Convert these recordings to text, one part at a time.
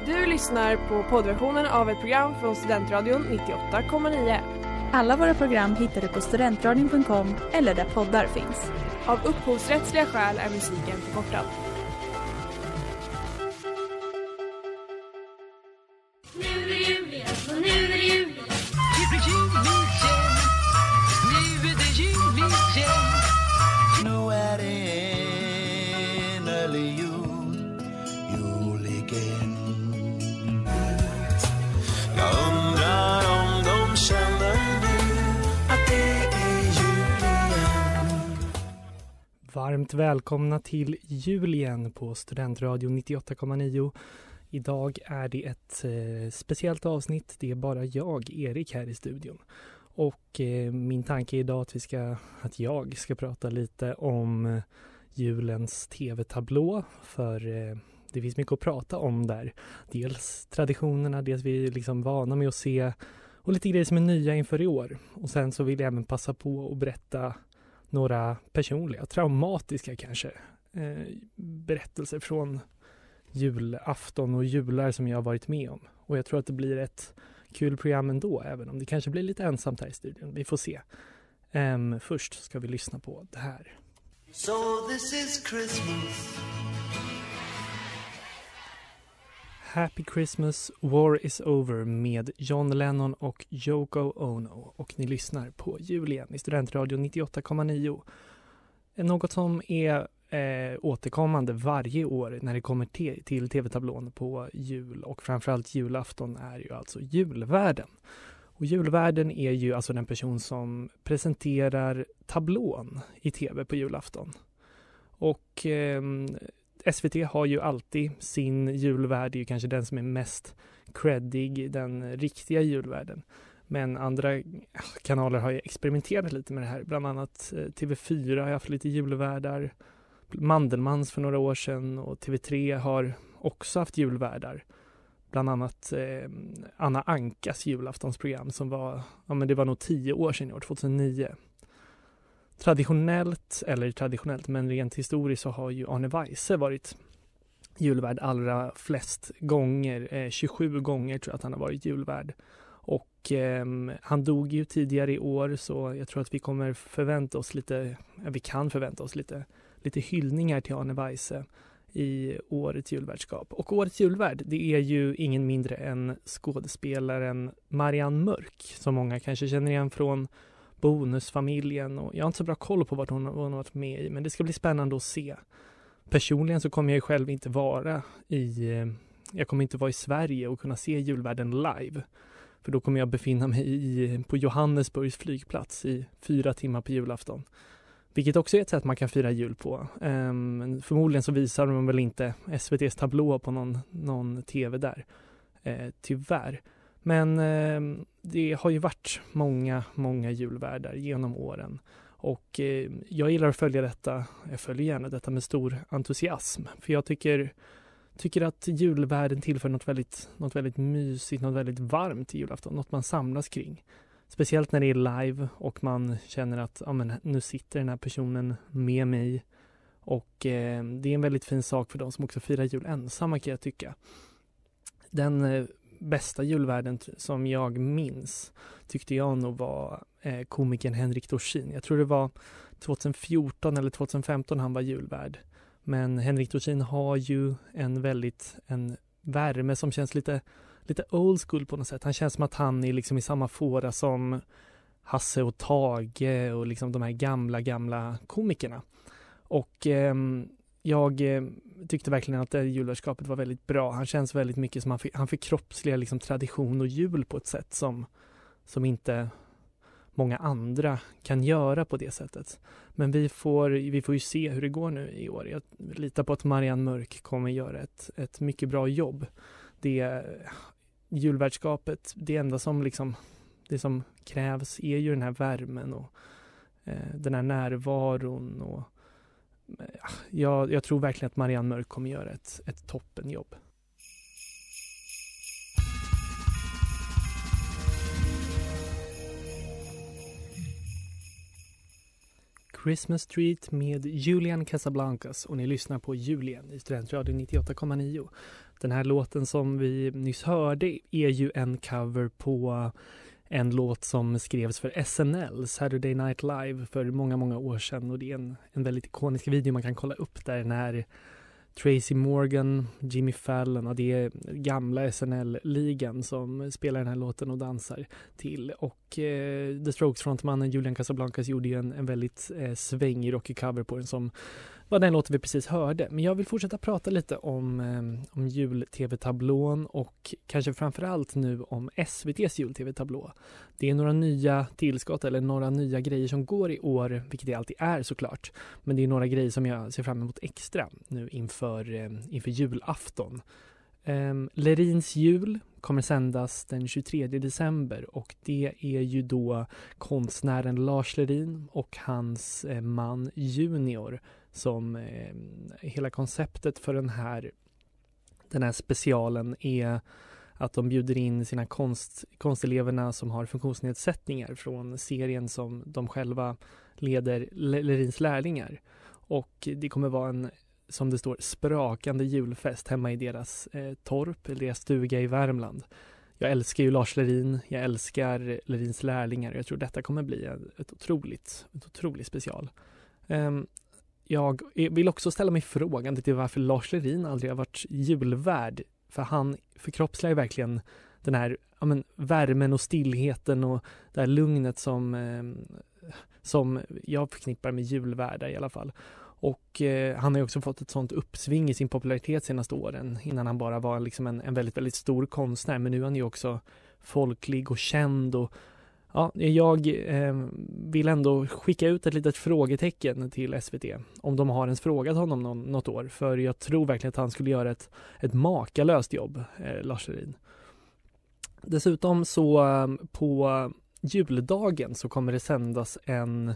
Du lyssnar på poddversionen av ett program från Studentradion 98,9. Alla våra program hittar du på studentradion.com eller där poddar finns. Av upphovsrättsliga skäl är musiken förkortad. Nu är det jul igen, och nu är det jul igen. Nu är det jul igen. Nu är det innerlig jul, jul igen. Jag undrar om de känner nu att det är jul igen. Varmt välkomna till jul igen på Studentradion 98,9. Idag är det ett speciellt avsnitt. Det är bara jag, Erik, här i studion. Och min tanke är idag att jag ska prata lite om julens tv-tablå. För det finns mycket att prata om där. Dels traditionerna, dels vi är liksom vana med att se. Och lite grejer som är nya inför i år. Och sen så vill jag även passa på att berätta några personliga, traumatiska kanske, berättelser från julafton och jular som jag har varit med om. Och jag tror att det blir ett kul program ändå, även om det kanske blir lite ensamt här i studion. Vi får se. Först ska vi lyssna på det här. So this is Christmas. Happy Christmas, War is over med John Lennon och Yoko Ono. Och ni lyssnar på jul igen i Studentradion 98,9. Något som är återkommande varje år när det kommer till tv-tablån på jul och framförallt julafton är ju alltså julvärden. Och julvärden är ju alltså den person som presenterar tablån i tv på julafton. Och SVT har ju alltid sin julvärd, det är ju kanske den som är mest creddig, den riktiga julvärden. Men andra kanaler har ju experimenterat lite med det här. Bland annat TV4 har haft lite julvärdar. Mandelmans för några år sedan och TV3 har också haft julvärdar. Bland annat Anna Ankas julaftonsprogram som var, det var nog 10 år sedan i år, 2009. Traditionellt, men rent historiskt så har ju Arne Weise varit julvärd allra flest gånger. 27 gånger tror jag att han har varit julvärd. Och han dog ju tidigare i år, så jag tror att vi kan förvänta oss lite hyllningar till Arne Weise i årets julvärdskap. Och årets julvärd, det är ju ingen mindre än skådespelaren Marianne Mörk, som många kanske känner igen från Bonusfamiljen. Och jag har inte så bra koll på vad hon har varit med i, men det ska bli spännande att se. Personligen så kommer jag själv inte vara i Sverige och kunna se julvärden live. För då kommer jag befinna mig på Johannesburgs flygplats i 4 timmar på julafton. Vilket också är ett sätt man kan fira jul på. Förmodligen så visar de väl inte SVT:s tablå på någon tv där. Tyvärr. Men det har ju varit många julvärdar genom åren. Och jag gillar att följa detta. Jag följer gärna detta med stor entusiasm. För jag tycker att julvärden tillför något väldigt mysigt, något väldigt varmt i julafton. Något man samlas kring. Speciellt när det är live och man känner att nu sitter den här personen med mig. Och det är en väldigt fin sak för de som också firar jul ensamma, kan jag tycka. Den bästa julvärden som jag minns tyckte jag nog var komikern Henrik Dorsin. Jag tror det var 2014 eller 2015 han var julvärd. Men Henrik Dorsin har ju en värme som känns lite old school på något sätt. Han känns som att han är liksom i samma fåra som Hasse och Tage och liksom de här gamla komikerna. Och jag tyckte verkligen att det julvärdskapet var väldigt bra. Han känns väldigt mycket som han förkroppsligar liksom tradition och jul på ett sätt som inte många andra kan göra på det sättet. Men vi får ju se hur det går nu i år. Jag litar på att Marianne Mörk kommer göra ett mycket bra jobb. Julvärdskapet, det enda som det som krävs är ju den här värmen och den här närvaron. Och jag tror verkligen att Marianne Mörk kommer göra ett toppenjobb. Christmas Street med Julian Casablancas och ni lyssnar på Julien i Studentradion 98,9. Den här låten som vi nyss hörde är ju en cover på en låt som skrevs för SNL, Saturday Night Live, för många, många år sedan. Och det är en väldigt ikonisk video man kan kolla upp där när Tracy Morgan, Jimmy Fallon och det är gamla SNL-ligan som spelar den här låten och dansar till. Och The Strokes frontmannen Julian Casablancas gjorde ju en väldigt svängig rockig cover på den som var den låten vi precis hörde. Men jag vill fortsätta prata lite om jul-tv-tablån och kanske framförallt nu om SVT:s jul-tv-tablå. Det är några nya tillskott eller några nya grejer som går i år, vilket det alltid är såklart. Men det är några grejer som jag ser fram emot extra nu inför julafton. Lerins jul kommer sändas den 23 december och det är ju då konstnären Lars Lerin och hans man Junior som hela konceptet för den här specialen är att de bjuder in sina konsteleverna som har funktionsnedsättningar från serien som de själva leder Lerins lärlingar. Och det kommer vara en, som det står, sprakande julfest hemma i deras torp eller deras stuga i Värmland. Jag älskar ju Lars Lerin, jag älskar Lerins lärlingar. Jag tror detta kommer bli ett otroligt special. Jag vill också ställa mig frågan till varför Lars Lerin aldrig har varit julvärd. För han förkroppsligar ju verkligen den här värmen och stillheten och det här lugnet som jag förknippar med julvärdar i alla fall. Och han har ju också fått ett sånt uppsving i sin popularitet senaste åren innan han bara var liksom en väldigt, väldigt stor konstnär. Men nu är han ju också folklig och känd och ja, jag vill ändå skicka ut ett litet frågetecken till SVT om de har ens frågat honom något år. För jag tror verkligen att han skulle göra ett makalöst jobb, Lars Lerin. Dessutom så på juldagen så kommer det sändas en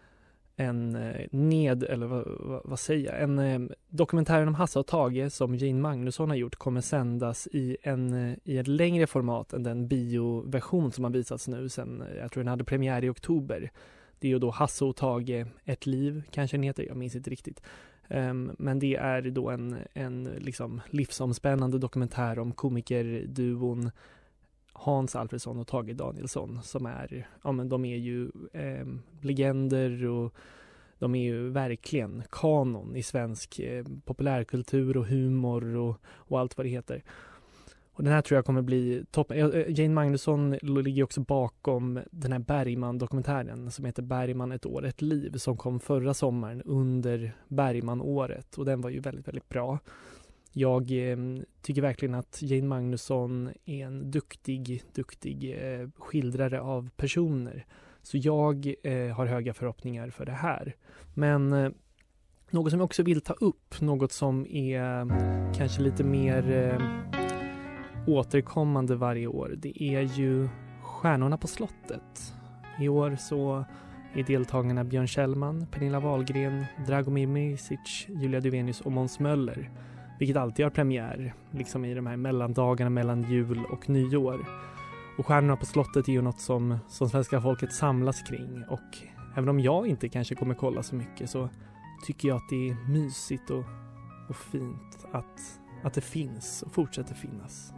dokumentären om Hasse och Tage som Jane Magnusson har gjort kommer sändas i ett längre format än den bioversion som har visats nu sen, jag tror den hade premiär i oktober. Det är ju då Hasse och Tage, ett liv kanske den heter, jag minns inte riktigt. Men det är då en liksom livsomspännande dokumentär om komikerduon Hans Alfredsson och Tage Danielsson som är, de är ju legender och de är ju verkligen kanon i svensk populärkultur och humor och allt vad det heter. Och den här tror jag kommer bli toppen. Jane Magnusson ligger också bakom den här Bergman-dokumentären som heter Bergman, ett år, ett liv som kom förra sommaren under Bergman-året och den var ju väldigt, väldigt bra. Jag tycker verkligen att Jane Magnusson är en duktig skildrare av personer. Så jag har höga förhoppningar för det här. Men något som jag också vill ta upp, något som är kanske lite mer återkommande varje år, det är ju Stjärnorna på slottet. I år så är deltagarna Björn Kjellman, Pernilla Wahlgren, Dragomir Mirsic, Julia Duvenius och Måns Möller. Vilket alltid har premiär liksom i de här mellandagarna mellan jul och nyår. Och Stjärnorna på slottet är ju något som svenska folket samlas kring. Och även om jag inte kanske kommer kolla så mycket så tycker jag att det är mysigt och fint att det finns och fortsätter finnas.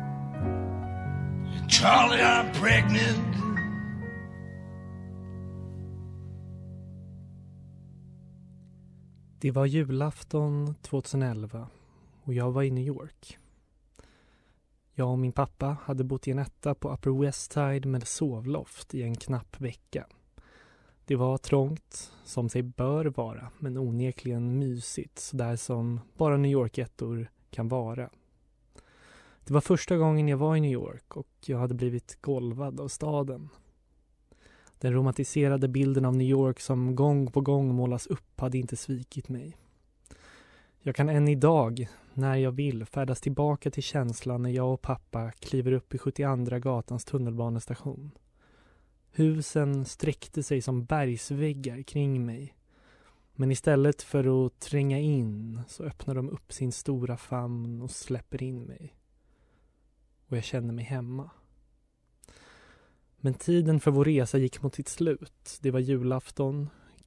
Charlie, I'm pregnant. Det var julafton 2011 och jag var i New York. Jag och min pappa hade bott i en etta på Upper West Side med sovloft i en knapp vecka. Det var trångt, som sig bör vara, men onekligen mysigt, så där som bara New York-ettor kan vara. Det var första gången jag var i New York och jag hade blivit golvad av staden. Den romantiserade bilden av New York som gång på gång målas upp hade inte svikit mig. Jag kan än idag, när jag vill, färdas tillbaka till känslan när jag och pappa kliver upp i 72 gatans tunnelbanestation. Husen sträckte sig som bergsväggar kring mig. Men istället för att tränga in så öppnar de upp sin stora famn och släpper in mig. Och jag känner mig hemma. Men tiden för vår resa gick mot sitt slut. Det var julafton.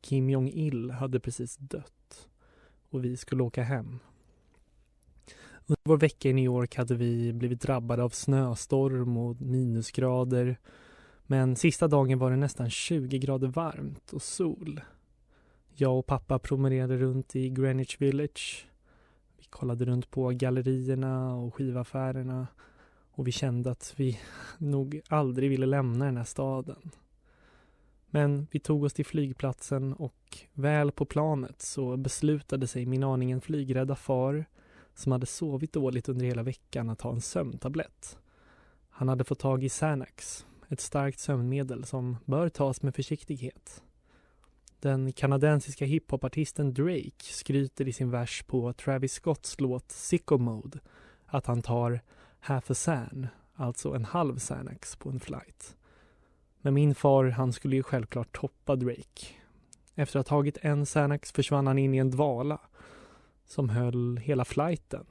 Kim Jong-il hade precis dött och vi skulle åka hem. Under vår vecka i New York hade vi blivit drabbade av snöstorm och minusgrader. Men sista dagen var det nästan 20 grader varmt och sol. Jag och pappa promenerade runt i Greenwich Village. Vi kollade runt på gallerierna och skivaffärerna. Och vi kände att vi nog aldrig ville lämna den här staden. Men vi tog oss till flygplatsen och väl på planet så beslutade sig min aningen flygrädda far, som hade sovit dåligt under hela veckan, att ta en sömntablett. Han hade fått tag i Xanax, ett starkt sömnmedel som bör tas med försiktighet. Den kanadensiska hiphopartisten Drake skryter i sin vers på Travis Scotts låt Sicko Mode att han tar half a Xan, alltså en halv Xanax på en flight. Men min far, han skulle ju självklart toppa Drake. Efter att ha tagit en Xanax försvann han in i en dvala som höll hela flighten.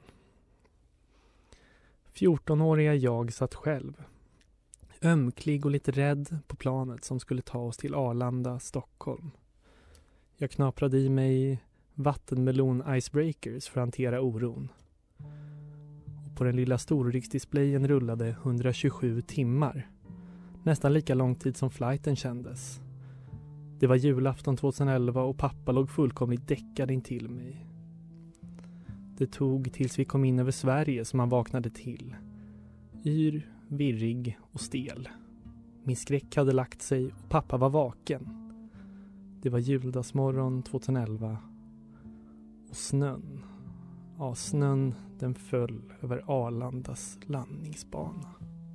14-åriga jag satt själv, ömklig och lite rädd på planet som skulle ta oss till Arlanda, Stockholm. Jag knaprade i mig vattenmelon icebreakers för att hantera oron. Och på den lilla storriksdisplayen rullade 127 timmar. Nästan lika lång tid som flighten kändes. Det var julafton 2011 och pappa låg fullkomligt däckad intill mig. Det tog tills vi kom in över Sverige som han vaknade till. Yr, virrig och stel. Min skräck hade lagt sig och pappa var vaken. Det var juldagsmorgon 2011. Och snön. Ja, snön den föll över Arlandas landningsbana.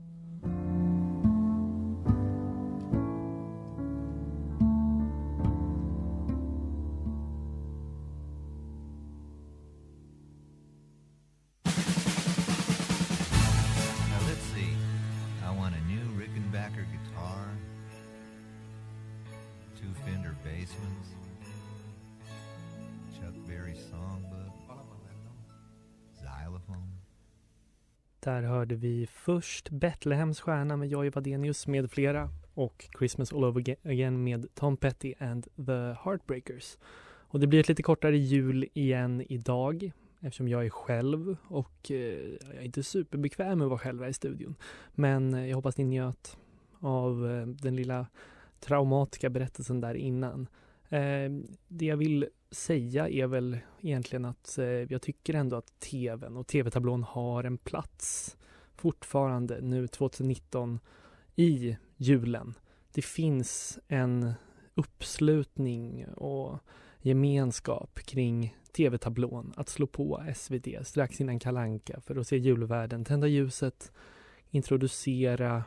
Där hörde vi först Betlehems stjärna med Jojje Wadenius med flera och Christmas All Over Again med Tom Petty and the Heartbreakers. Och det blir ett lite kortare jul igen idag eftersom jag är själv och jag är inte superbekväm med att vara själv här i studion. Men jag hoppas ni njöt av den lilla traumatiska berättelsen där innan. Det jag vill säga är väl egentligen att jag tycker ändå att tvn och tv-tablån har en plats fortfarande nu 2019 i julen. Det finns en uppslutning och gemenskap kring tv-tablån att slå på SVT strax innan Kalle Anka för att se julvärden, tända ljuset, introducera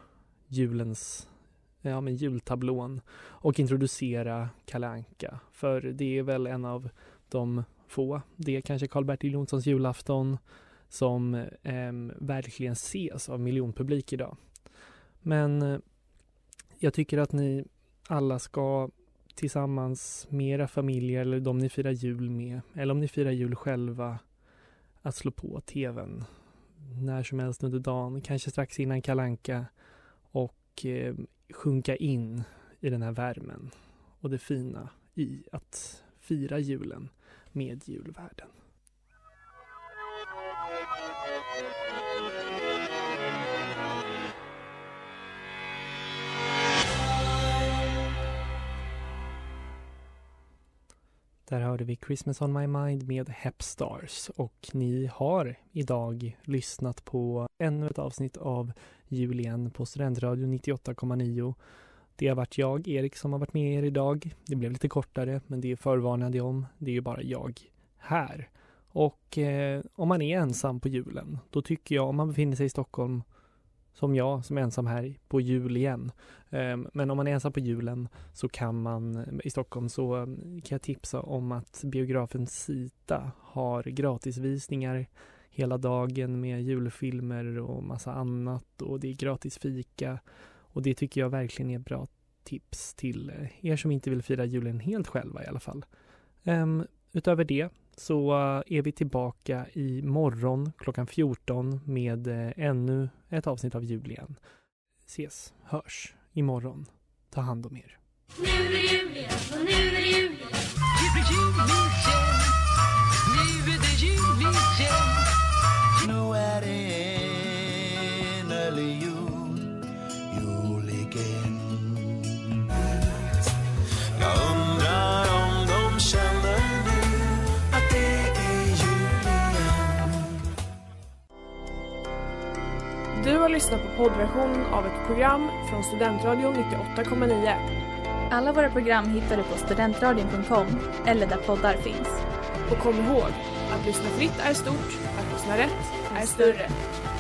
jultablån och introducera Kalle Anka. För det är väl en av de få, det är kanske Karl-Bertil Jonssons julafton som verkligen ses av miljonpublik idag. Men jag tycker att ni alla ska tillsammans med era familjer eller de ni firar jul med, eller om ni firar jul själva, att slå på tvn när som helst under dagen, kanske strax innan Kalle Anka, och sjunka in i den här värmen och det fina i att fira julen med julvärden. Där hörde vi Christmas on my mind med Hepstars och ni har idag lyssnat på ännu ett avsnitt av Jul igen på Studentradion 98,9. Det har varit jag, Erik, som har varit med er idag. Det blev lite kortare, men det förvarnade jag om. Det är ju bara jag här. Och om man är ensam på julen, då tycker jag, om man befinner sig i Stockholm som jag, som är ensam här på jul igen. Men om man är ensam på julen så kan man i Stockholm, så kan jag tipsa om att biografen Sita har gratisvisningar hela dagen med julfilmer och massa annat, och det är gratis fika, och det tycker jag verkligen är bra tips till er som inte vill fira julen helt själva i alla fall. Utöver det så är vi tillbaka i morgon klockan 14 med ännu ett avsnitt av Jul igen. Ses, hörs imorgon. Ta hand om er. Nu är det jul igen och nu är det jul igen. Nu är det innerlig jul, jul igen. Jag undrar om de känner nu att det är jul igen. Du har lyssnat på poddversionen av ett program från Studentradion 98,9. Alla våra program hittar du på studentradion.com eller där poddar finns. Och kom ihåg, att lyssna fritt är stort, att lyssna rätt är större.